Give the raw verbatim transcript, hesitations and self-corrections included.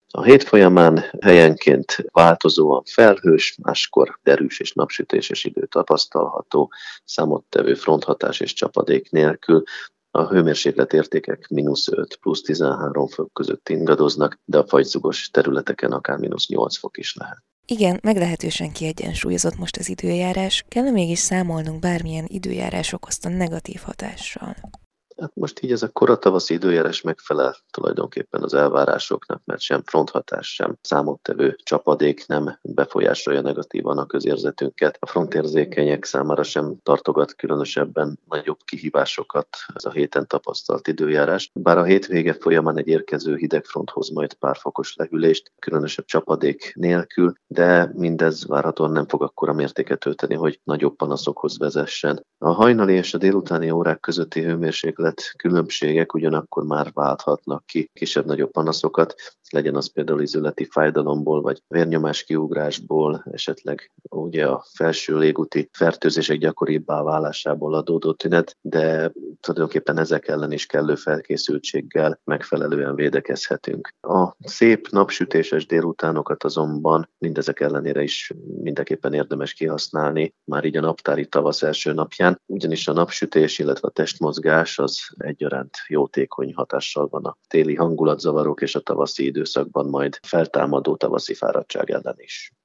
A hét folyamán helyenként változóan felhős, máskor derűs és napsütéses idő tapasztalható, számottevő fronthatás és csapadék nélkül. A hőmérséklet értékek mínusz öt plusz tizenhárom fok között ingadoznak, de a fagyzugos területeken akár mínusz nyolc fok is lehet. Igen, meglehetősen kiegyensúlyozott most az időjárás, kell mégis számolnunk bármilyen időjárás okozta negatív hatással? Hát most így ez a koratavaszi időjárás megfelel tulajdonképpen az elvárásoknak, mert sem fronthatás, sem számottevő csapadék nem befolyásolja negatívan a közérzetünket. A frontérzékenyek számára sem tartogat különösebben nagyobb kihívásokat ez a héten tapasztalt időjárás. Bár a hétvége folyamán egy érkező hidegfront hoz majd pár fokos lehűlést, különösebb csapadék nélkül, de mindez várhatóan nem fog akkora mértéket ölteni, hogy nagyobb panaszokhoz vezessen. A hajnali és a délutáni órák közötti hőmérséklet különbségek ugyanakkor már válthatnak ki kisebb-nagyobb panaszokat, legyen az például izületi fájdalomból, vagy vérnyomás kiugrásból, esetleg ugye a felső légúti fertőzések gyakoribbá válásából adódó tünet, de tulajdonképpen ezek ellen is kellő felkészültséggel megfelelően védekezhetünk. A szép napsütéses délutánokat azonban mindezek ellenére is mindenképpen érdemes kihasználni, már így a naptári tavasz első napján, ugyanis a napsütés, illetve a testmozgás az egyaránt jótékony hatással van a téli hangulatzavarok és a tavaszi időszakban majd feltámadó tavaszi fáradtság ellen is.